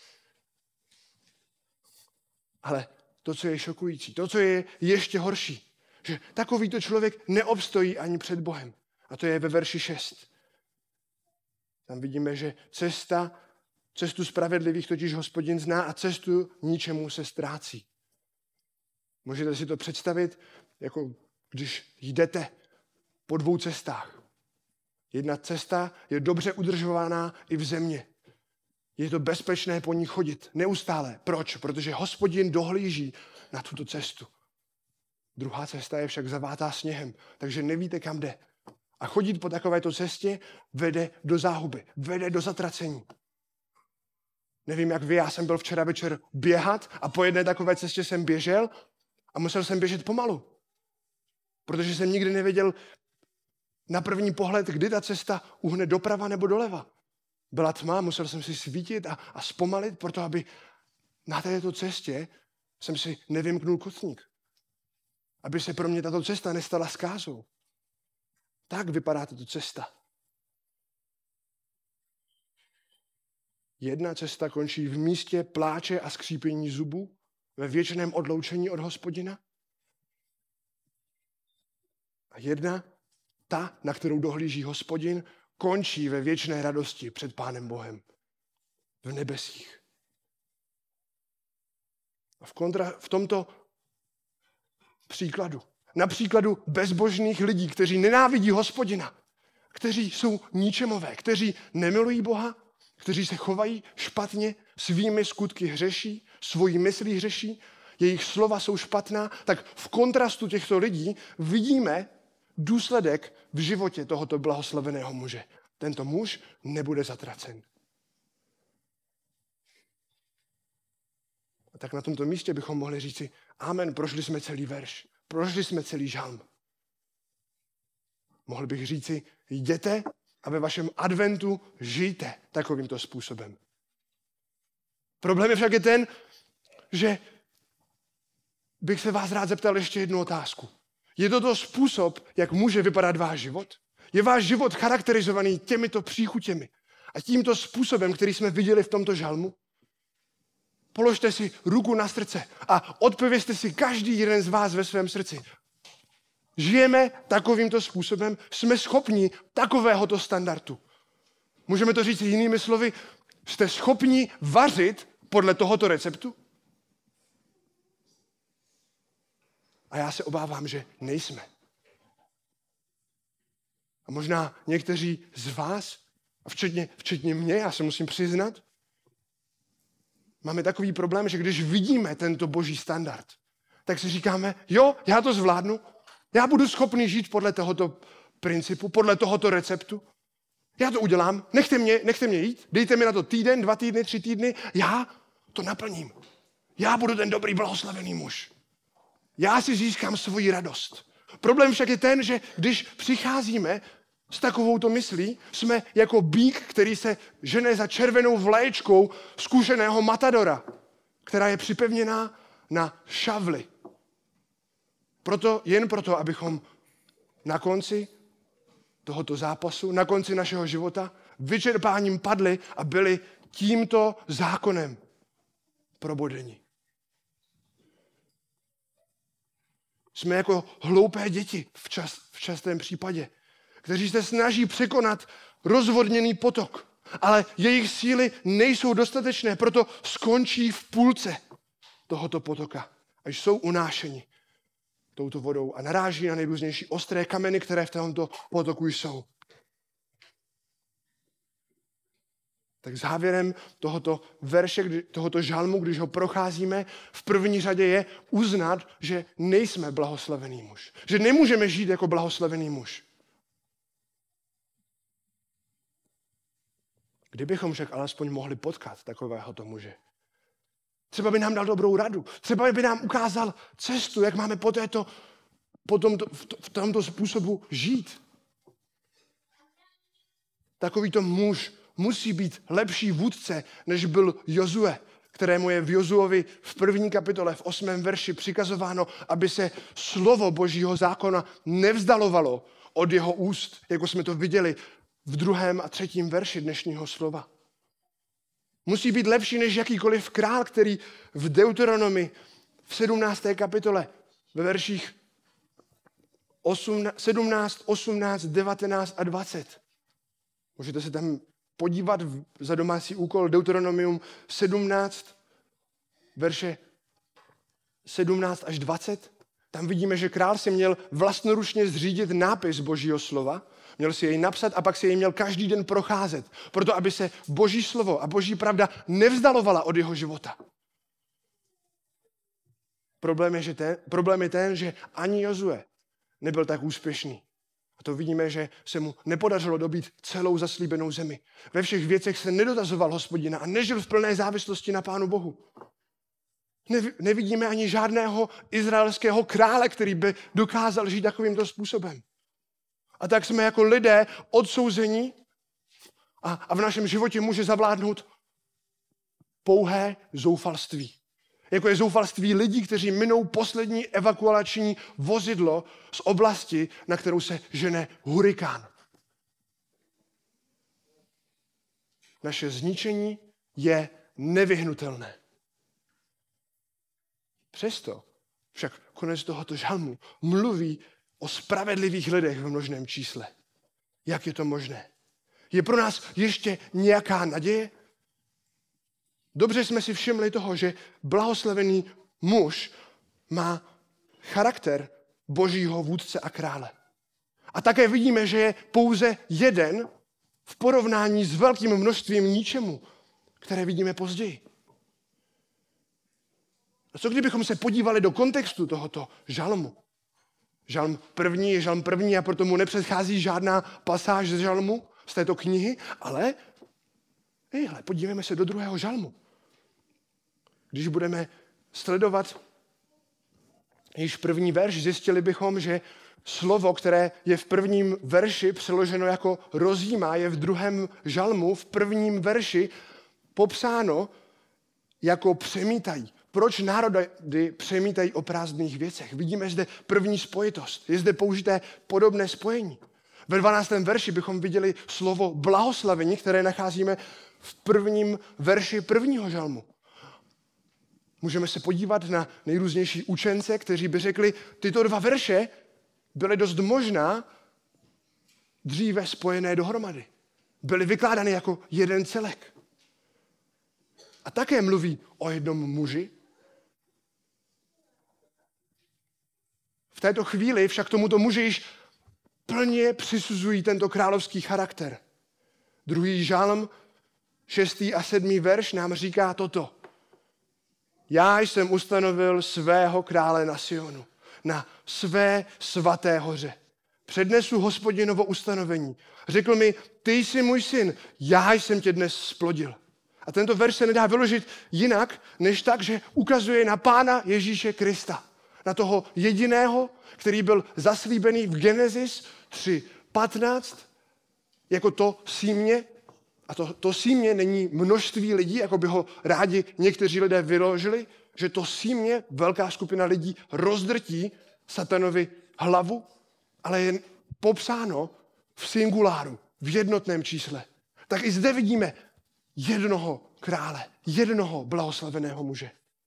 Ale to, co je šokující, to, co je ještě horší, že takovýto člověk neobstojí ani před Bohem. A to je ve verši 6. Tam vidíme, že cestu spravedlivých totiž Hospodin zná a cestu ničemu se ztrácí. Můžete si to představit, jako když jdete po 2 cestách. Jedna cesta je dobře udržovaná i v země. Je to bezpečné po ní chodit neustále. Proč? Protože Hospodin dohlíží na tuto cestu. Druhá cesta je však zavátá sněhem, takže nevíte, kam jde. A chodit po takovéto cestě vede do záhuby, vede do zatracení. Nevím, jak vy, já jsem byl včera večer běhat a po jedné takové cestě jsem běžel a musel jsem běžet pomalu. Protože jsem nikdy nevěděl na první pohled, kdy ta cesta uhne doprava nebo doleva. Byla tma, musel jsem si svítit a zpomalit, proto aby na této cestě jsem si nevymknul kotník. Aby se pro mě tato cesta nestala zkázou. Tak vypadá tato cesta. Jedna cesta končí v místě pláče a skřípění zubů, ve věčném odloučení od Hospodina. A jedna, ta, na kterou dohlíží Hospodin, končí ve věčné radosti před Pánem Bohem. V nebesích. A v tomto příkladu, na příkladu bezbožných lidí, kteří nenávidí Hospodina, kteří jsou ničemové, kteří nemilují Boha, kteří se chovají špatně, svými skutky hřeší, svojí myslí hřeší, jejich slova jsou špatná, tak v kontrastu těchto lidí vidíme důsledek v životě tohoto blahoslaveného muže. Tento muž nebude zatracen. A tak na tomto místě bychom mohli říci, amen, prošli jsme celý verš, prošli jsme celý žalm. Mohl bych říci, jděte a ve vašem adventu žijte takovýmto způsobem. Problém je však ten, že bych se vás rád zeptal ještě jednu otázku. Je to způsob, jak může vypadat váš život? Je váš život charakterizovaný těmito příchutěmi a tímto způsobem, který jsme viděli v tomto žalmu? Položte si ruku na srdce a odpovězte si každý jeden z vás ve svém srdci. Žijeme takovýmto způsobem? Jsme schopni takovéhoto standardu? Můžeme to říct jinými slovy, jste schopni vařit podle tohoto receptu? A já se obávám, že nejsme. A možná někteří z vás, a včetně mě, já se musím přiznat, máme takový problém, že když vidíme tento boží standard, tak si říkáme, jo, já to zvládnu, já budu schopný žít podle tohoto principu, podle tohoto receptu. Já to udělám, nechte mě jít, dejte mi na to týden, 2 týdny, 3 týdny, já to naplním. Já budu ten dobrý blahoslavený muž. Já si získám svoji radost. Problém však je ten, že když přicházíme s takovouto myslí, jsme jako býk, který se žene za červenou vléčkou zkušeného matadora. která je připevněná na šavli. Jen proto, abychom na konci tohoto zápasu, na konci našeho života, vyčerpáním padli a byli tímto zákonem probodeni. Jsme jako hloupé děti v častém případě, kteří se snaží překonat rozvodněný potok, ale jejich síly nejsou dostatečné, proto skončí v půlce tohoto potoka, až jsou unášeni touto vodou a naráží na nejrůznější ostré kameny, které v tomto potoku jsou. Tak závěrem tohoto verše, tohoto žalmu, když ho procházíme, v první řadě je uznat, že nejsme blahoslavený muž. Že nemůžeme žít jako blahoslavený muž. Kdybychom však alespoň mohli potkat takovéhoto muže. Třeba by nám dal dobrou radu. Třeba by nám ukázal cestu, jak máme v tomto způsobu žít. Takovýto muž musí být lepší vůdce, než byl Jozue, kterému je v Jozuovi v 1. kapitole v 8. verši přikazováno, aby se slovo Božího zákona nevzdalovalo od jeho úst, jako jsme to viděli v 2. a 3. verši dnešního slova. Musí být lepší než jakýkoliv král, který v Deuteronomii v 17. kapitole ve verších 17, 18, 19 a 20. Můžete se tam podívat za domácí úkol Deuteronomium 17, verše 17 až 20. Tam vidíme, že král si měl vlastnoručně zřídit nápis Božího slova, měl si jej napsat a pak si jej měl každý den procházet, proto aby se Boží slovo a Boží pravda nevzdalovala od jeho života. Problém je ten, že ani Jozue nebyl tak úspěšný. A to vidíme, že se mu nepodařilo dobít celou zaslíbenou zemi. Ve všech věcech se nedotazoval Hospodina a nežil v plné závislosti na Pánu Bohu. Nevidíme ani žádného izraelského krále, který by dokázal žít takovýmto způsobem. A tak jsme jako lidé odsouzeni a v našem životě může zavládnout pouhé zoufalství. Jako je zoufalství lidí, kteří minou poslední evakuační vozidlo z oblasti, na kterou se žene hurikán. Naše zničení je nevyhnutelné. Přesto však konec tohoto žalmu mluví o spravedlivých lidech v množném čísle. Jak je to možné? Je pro nás ještě nějaká naděje? Dobře jsme si všimli toho, že blahoslavený muž má charakter Božího vůdce a krále. A také vidíme, že je pouze jeden v porovnání s velkým množstvím ničemu, které vidíme později. A co kdybychom se podívali do kontextu tohoto žalmu? Žalm první je žalm první a proto mu nepředchází žádná pasáž z žalmu, z této knihy, ale podívejme se do druhého žalmu. Když budeme sledovat již první verš, zjistili bychom, že slovo, které je v prvním verši přeloženo jako rozjímá, je v druhém žalmu v prvním verši popsáno jako přemítají. Proč národy přemítají o prázdných věcech? Vidíme zde první spojitost. Je zde použité podobné spojení. Ve 12. verši bychom viděli slovo blahoslavení, které nacházíme v prvním verši prvního žalmu. Můžeme se podívat na nejrůznější učence, kteří by řekli, tyto dva verše byly dost možná dříve spojené dohromady. Byly vykládány jako jeden celek. A také mluví o jednom muži. V této chvíli však tomuto muži již plně přisuzují tento královský charakter. Druhý žalm, 6. a 7. verš nám říká toto. Já jsem ustanovil svého krále na Sionu, na své svaté hoře. Přednesu Hospodinovo ustanovení. Řekl mi, ty jsi můj syn, já jsem tě dnes splodil. A tento verš se nedá vyložit jinak, než tak, že ukazuje na Pána Ježíše Krista. Na toho jediného, který byl zaslíbený v Genesis 3:15, jako to símě a to símě není množství lidí, jako by ho rádi někteří lidé vyložili, že to símě, velká skupina lidí, rozdrtí satanovi hlavu, ale je popsáno v singuláru, v jednotném čísle. Tak i zde vidíme jednoho krále, jednoho blahoslaveného muže.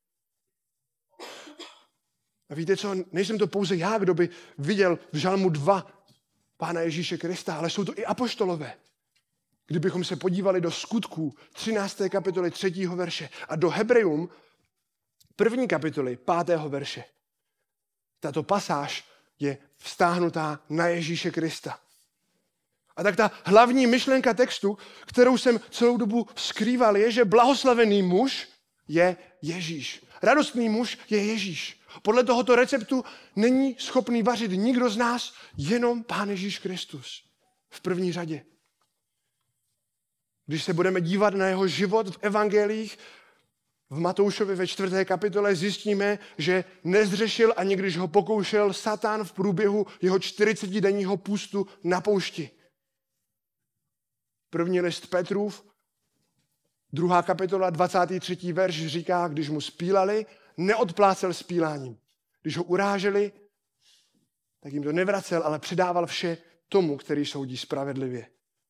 A víte co, nejsem to pouze já, kdo by viděl v Žalmu 2 Pána Ježíše Krista, ale jsou to i apoštolové. Kdybychom se podívali do Skutků 13. kapitoly 3. verše a do Hebrejům 1. kapitoly 5. verše. Tato pasáž je vztáhnutá na Ježíše Krista. A tak ta hlavní myšlenka textu, kterou jsem celou dobu skrýval, je, že blahoslavený muž je Ježíš. Radostný muž je Ježíš. Podle tohoto receptu není schopný vařit nikdo z nás, jenom Pán Ježíš Kristus. V první řadě. Když se budeme dívat na jeho život v evangelích, v Matoušovi ve 4. kapitole zjistíme, že nezřešil, ani když ho pokoušel Satan v průběhu jeho 40denního půstu na poušti. První list Petrův, 2. kapitola, 23. verš říká, když mu spílali, neodplácel spíláním. Když ho uráželi, tak jim to nevracel, ale předával vše tomu, který soudí spravedlivě.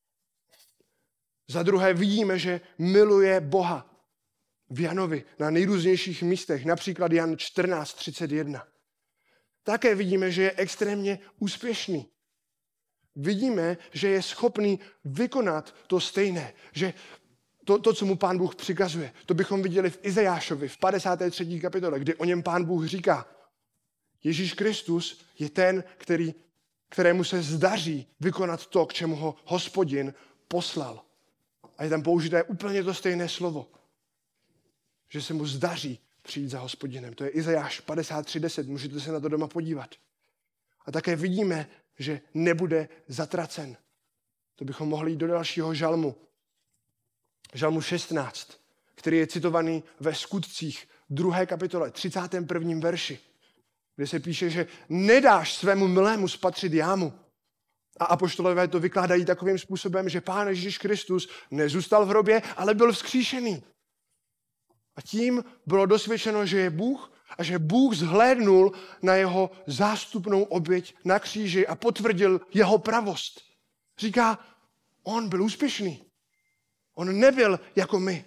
Za druhé vidíme, že miluje Boha v Janovi na nejrůznějších místech, například Jan 14:31. Také vidíme, že je extrémně úspěšný. Vidíme, že je schopný vykonat to stejné, že to, co mu Pán Bůh přikazuje, to bychom viděli v Izajášovi v 53. kapitole, kdy o něm Pán Bůh říká, Ježíš Kristus je ten, kterému se zdaří vykonat to, k čemu ho Hospodin poslal. A je tam použité úplně to stejné slovo, že se mu zdaří přijít za Hospodinem. To je Izajáš 53:10, můžete se na to doma podívat. A také vidíme, že nebude zatracen. To bychom mohli jít do dalšího žalmu. Žalmu 16, který je citovaný ve Skutcích 2. kapitole 31. verši, kde se píše, že nedáš svému milému spatřit jámu. A apoštolové to vykládají takovým způsobem, že Pán Ježíš Kristus nezůstal v hrobě, ale byl vzkříšený. A tím bylo dosvědčeno, že je Bůh a že Bůh zhlédnul na jeho zástupnou oběť na kříži a potvrdil jeho pravost. Říká, on byl úspěšný. On nebyl jako my.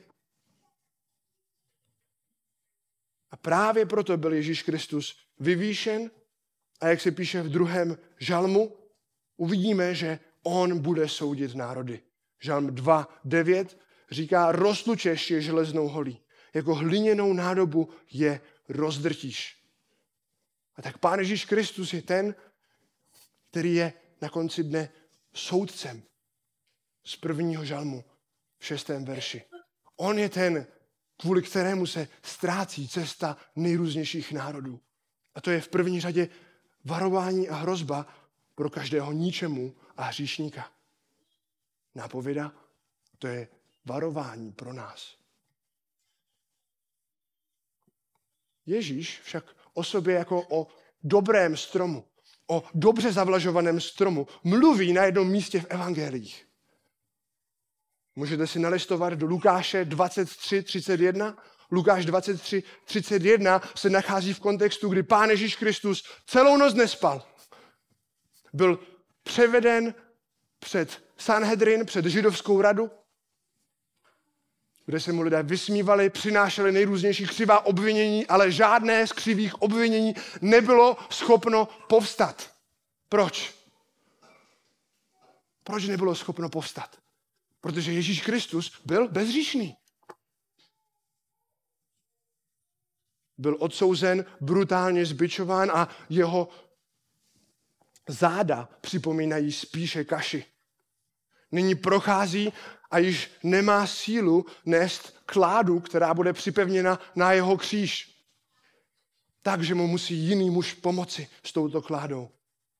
A právě proto byl Ježíš Kristus vyvýšen a jak se píše v 2. žalmu, uvidíme, že on bude soudit národy. Žalm 2:9 říká, roztlučeš je železnou holí, jako hliněnou nádobu je rozdrtíš. A tak Pán Ježíš Kristus je ten, který je na konci dne soudcem z 1. žalmu v 6. verši. On je ten, kvůli kterému se ztrácí cesta nejrůznějších národů. A to je v první řadě varování a hrozba pro každého ničemu a hříšníka. Nápověda, to je varování pro nás. Ježíš však o sobě jako o dobrém stromu, o dobře zavlažovaném stromu mluví na jednom místě v evangelích. Můžete si nalistovat do Lukáše 23:31. Lukáš 23:31 se nachází v kontextu, kdy Pán Ježíš Kristus celou noc nespal. Byl převeden před Sanhedrin, před židovskou radu, kde se mu lidé vysmívali, přinášeli nejrůznější křivá obvinění, ale žádné z křivých obvinění nebylo schopno povstat. Proč? Proč nebylo schopno povstat? Protože Ježíš Kristus byl bezhříšný. Byl odsouzen, brutálně zbičován a jeho záda připomínají spíše kaši. Nyní prochází a již nemá sílu nést kládu, která bude připevněna na jeho kříž. Takže mu musí jiný muž pomoci s touto kládou.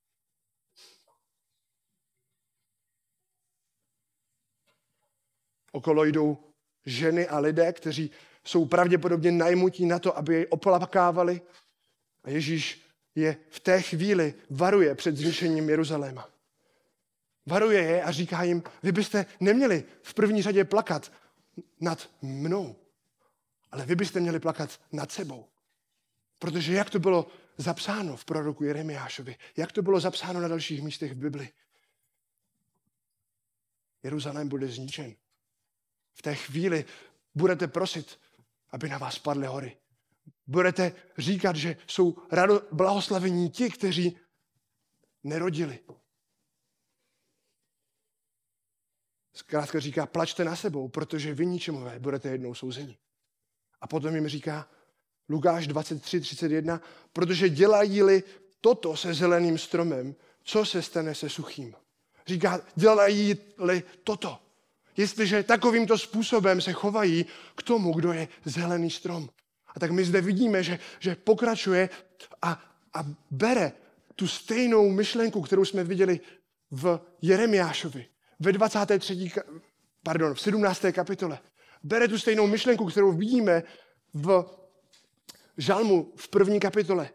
Okolo jdou ženy a lidé, kteří jsou pravděpodobně najmutí na to, aby jej oplakávali. A Ježíš je v té chvíli varuje před zničením Jeruzaléma. Varuje je a říká jim, vy byste neměli v první řadě plakat nad mnou, ale vy byste měli plakat nad sebou. Protože jak to bylo zapsáno v proroku Jeremiášovi, jak to bylo zapsáno na dalších místech v Bibli, Jeruzalém bude zničen. V té chvíli budete prosit, aby na vás padly hory. Budete říkat, že jsou blahoslavení ti, kteří nerodili. Zkrátka říká, plačte na sebou, protože vy ničemové budete jednou souzeni. A potom jim říká Lukáš 23:31, protože dělají-li toto se zeleným stromem, co se stane se suchým? Říká, dělají-li toto. Jestliže takovýmto způsobem se chovají k tomu, kdo je zelený strom. A tak my zde vidíme, že pokračuje a bere tu stejnou myšlenku, kterou jsme viděli v Jeremiášovi, v 17. kapitole. Bere tu stejnou myšlenku, kterou vidíme v Žalmu v 1. kapitole.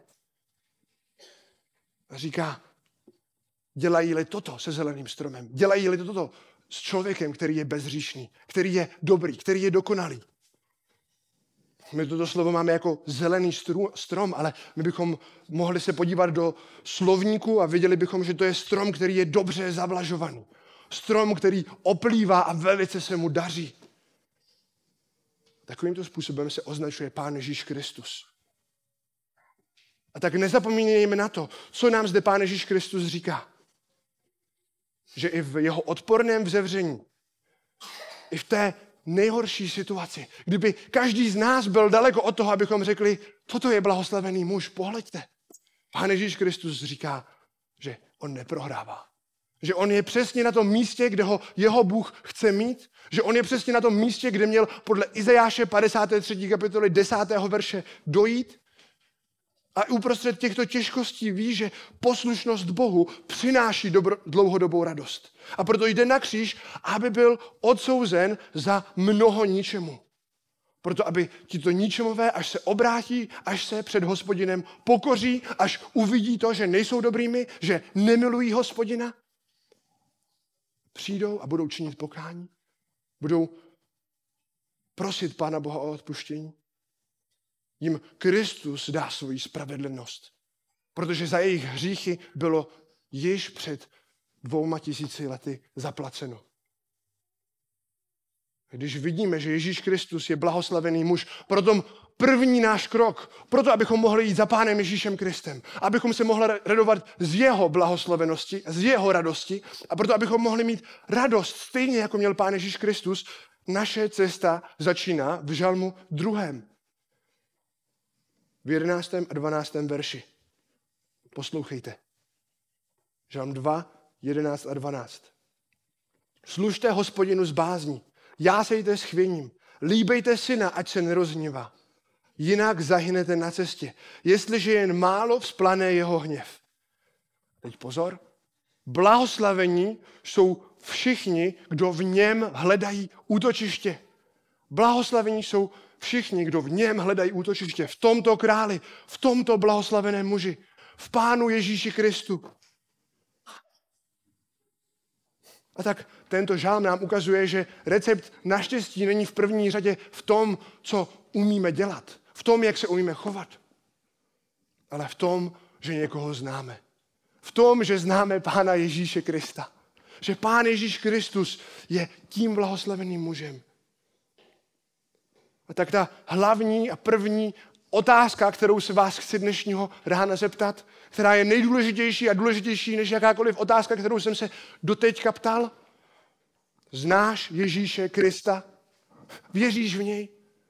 A říká, dělají-li toto se zeleným stromem, dělají-li toto s člověkem, který je bezhříšný, který je dobrý, který je dokonalý. My toto slovo máme jako zelený strom, ale my bychom mohli se podívat do slovníku a viděli bychom, že to je strom, který je dobře zavlažovaný. Strom, který oplývá a velice se mu daří. Takovýmto způsobem se označuje Pán Ježíš Kristus. A tak nezapomínejme na to, co nám zde Pán Ježíš Kristus říká. Že i v jeho odporném vzevření, i v té nejhorší situaci, kdyby každý z nás byl daleko od toho, abychom řekli, toto je blahoslavený muž, pohleďte. Pán Ježíš Kristus říká, že on neprohrává. Že on je přesně na tom místě, kde ho jeho Bůh chce mít. Že on je přesně na tom místě, kde měl podle Izajáše 53. kapitoly 10. verše dojít. A uprostřed těchto těžkostí ví, že poslušnost Bohu přináší dlouhodobou radost. A proto jde na kříž, aby byl odsouzen za mnoho ničemu. Proto aby tito ničemové, až se obrátí, až se před Hospodinem pokoří, až uvidí to, že nejsou dobrými, že nemilují Hospodina, přijdou a budou činit pokání. Budou prosit Pána Boha o odpuštění. Jim Kristus dá svoji spravedlnost. Protože za jejich hříchy bylo již před 2000 lety zaplaceno. Když vidíme, že Ježíš Kristus je blahoslavený muž, proto první náš krok, proto abychom mohli jít za Pánem Ježíšem Kristem, abychom se mohli radovat z jeho blahoslavenosti, z jeho radosti a proto abychom mohli mít radost stejně, jako měl Pán Ježíš Kristus, naše cesta začíná v Žalmu 2. V 11. a 12. verši. Poslouchejte. Žalm 2, 11 a 12. Služte Hospodinu s bázní, jásejte s chvěním, líbejte syna, ať se nerozhnívá. Jinak zahynete na cestě, jestliže jen málo vzplane jeho hněv. Teď pozor. Blahoslavení jsou všichni, kdo v něm hledají útočiště. Blahoslavení jsou všichni, kdo v něm hledají útočiště, v tomto králi, v tomto blahoslaveném muži, v Pánu Ježíši Kristu. A tak tento žálm nám ukazuje, že recept naštěstí není v první řadě v tom, co umíme dělat, v tom, jak se umíme chovat, ale v tom, že někoho známe. V tom, že známe Pána Ježíše Krista. Že Pán Ježíš Kristus je tím blahoslaveným mužem. A tak ta hlavní a první otázka, kterou se vás chci dnešního rána zeptat, která je nejdůležitější a důležitější než jakákoliv otázka, kterou jsem se doteďka ptal. Znáš Ježíše Krista? Věříš v něj?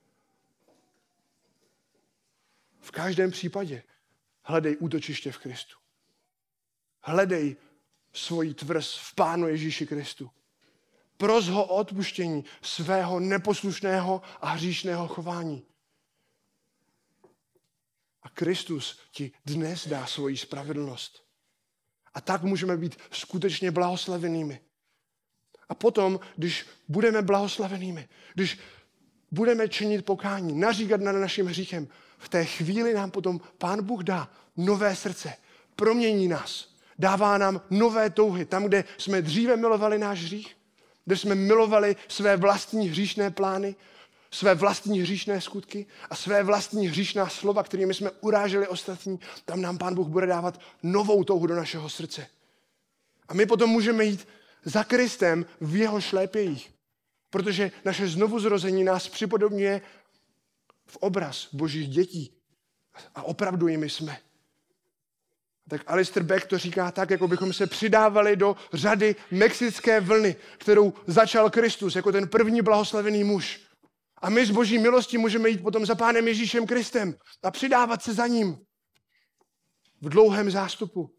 V každém případě hledej útočiště v Kristu. Hledej svoji tvrz v Pánu Ježíši Kristu. Pros ho o odpuštění svého neposlušného a hříšného chování. A Kristus ti dnes dá svoji spravedlnost. A tak můžeme být skutečně blahoslavenými. A potom, když budeme blahoslavenými, když budeme činit pokání, naříkat nad naším hříchem, v té chvíli nám potom Pán Bůh dá nové srdce, promění nás. Dává nám nové touhy. Tam, kde jsme dříve milovali náš hřích, kde jsme milovali své vlastní hříšné plány, své vlastní hříšné skutky a své vlastní hříšná slova, kterými jsme uráželi ostatní, tam nám Pán Bůh bude dávat novou touhu do našeho srdce. A my potom můžeme jít za Kristem v jeho šlépějích, protože naše znovuzrození nás připodobňuje v obraz Božích dětí. A opravdu jimi jsme. Tak Alistair Beck to říká tak, jako bychom se přidávali do řady mexické vlny, kterou začal Kristus jako ten první blahoslavený muž. A my z Boží milosti můžeme jít potom za Pánem Ježíšem Kristem a přidávat se za ním v dlouhém zástupu.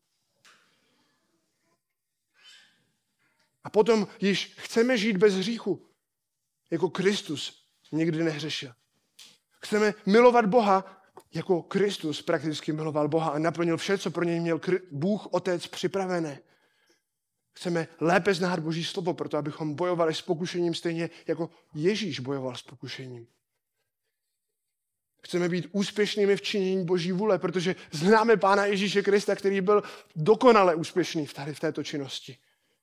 A potom již chceme žít bez hříchu, jako Kristus nikdy nehřešil. Chceme milovat Boha, jako Kristus prakticky miloval Boha a naplnil vše, co pro něj měl Bůh Otec připravené. Chceme lépe znát Boží slovo, proto abychom bojovali s pokušením stejně, jako Ježíš bojoval s pokušením. Chceme být úspěšnými v činění Boží vůle, protože známe Pána Ježíše Krista, který byl dokonale úspěšný v této činnosti.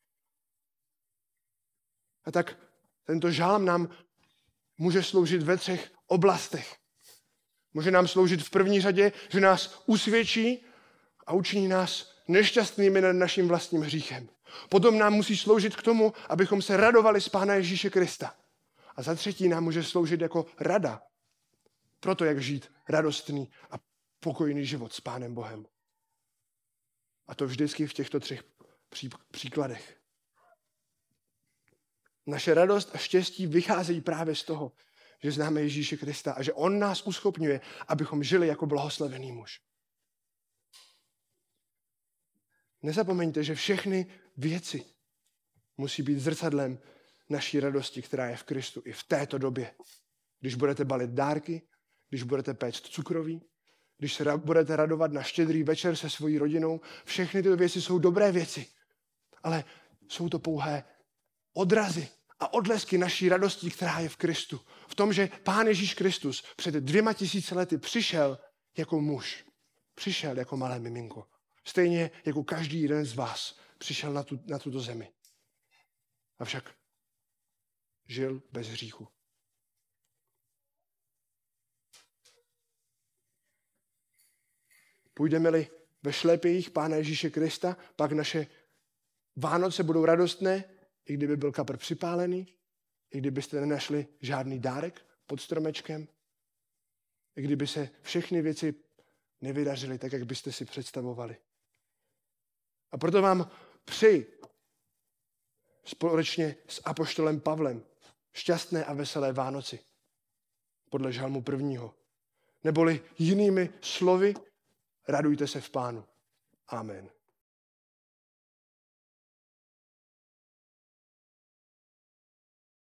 A tak tento žálm nám může sloužit ve 3 oblastech. Může nám sloužit v první řadě, že nás usvědčí a učiní nás nešťastnými nad naším vlastním hříchem. Potom nám musí sloužit k tomu, abychom se radovali z Pána Ježíše Krista. A za třetí nám může sloužit jako rada pro to, jak žít radostný a pokojný život s Pánem Bohem. A to vždycky v těchto 3 příkladech. Naše radost a štěstí vycházejí právě z toho, že známe Ježíše Krista a že on nás uschopňuje, abychom žili jako blahoslavený muž. Nezapomeňte, že všechny věci musí být zrcadlem naší radosti, která je v Kristu i v této době. Když budete balit dárky, když budete péct cukroví, když se budete radovat na štědrý večer se svojí rodinou, všechny tyto věci jsou dobré věci, ale jsou to pouhé odrazy a odlesky naší radosti, která je v Kristu. V tom, že Pán Ježíš Kristus před 2000 lety přišel jako muž. Přišel jako malé miminko. Stejně jako každý jeden z vás přišel na tuto zemi. Avšak žil bez hříchu. Půjdeme-li ve šlépějích Pána Ježíše Krista, pak naše Vánoce budou radostné, i kdyby byl kapr připálený, i kdybyste nenašli žádný dárek pod stromečkem, i kdyby se všechny věci nevydařily tak, jak byste si představovali. A proto vám přeji společně s apoštolem Pavlem šťastné a veselé Vánoci podle žalmu 1. Neboli jinými slovy, radujte se v Pánu. Amen.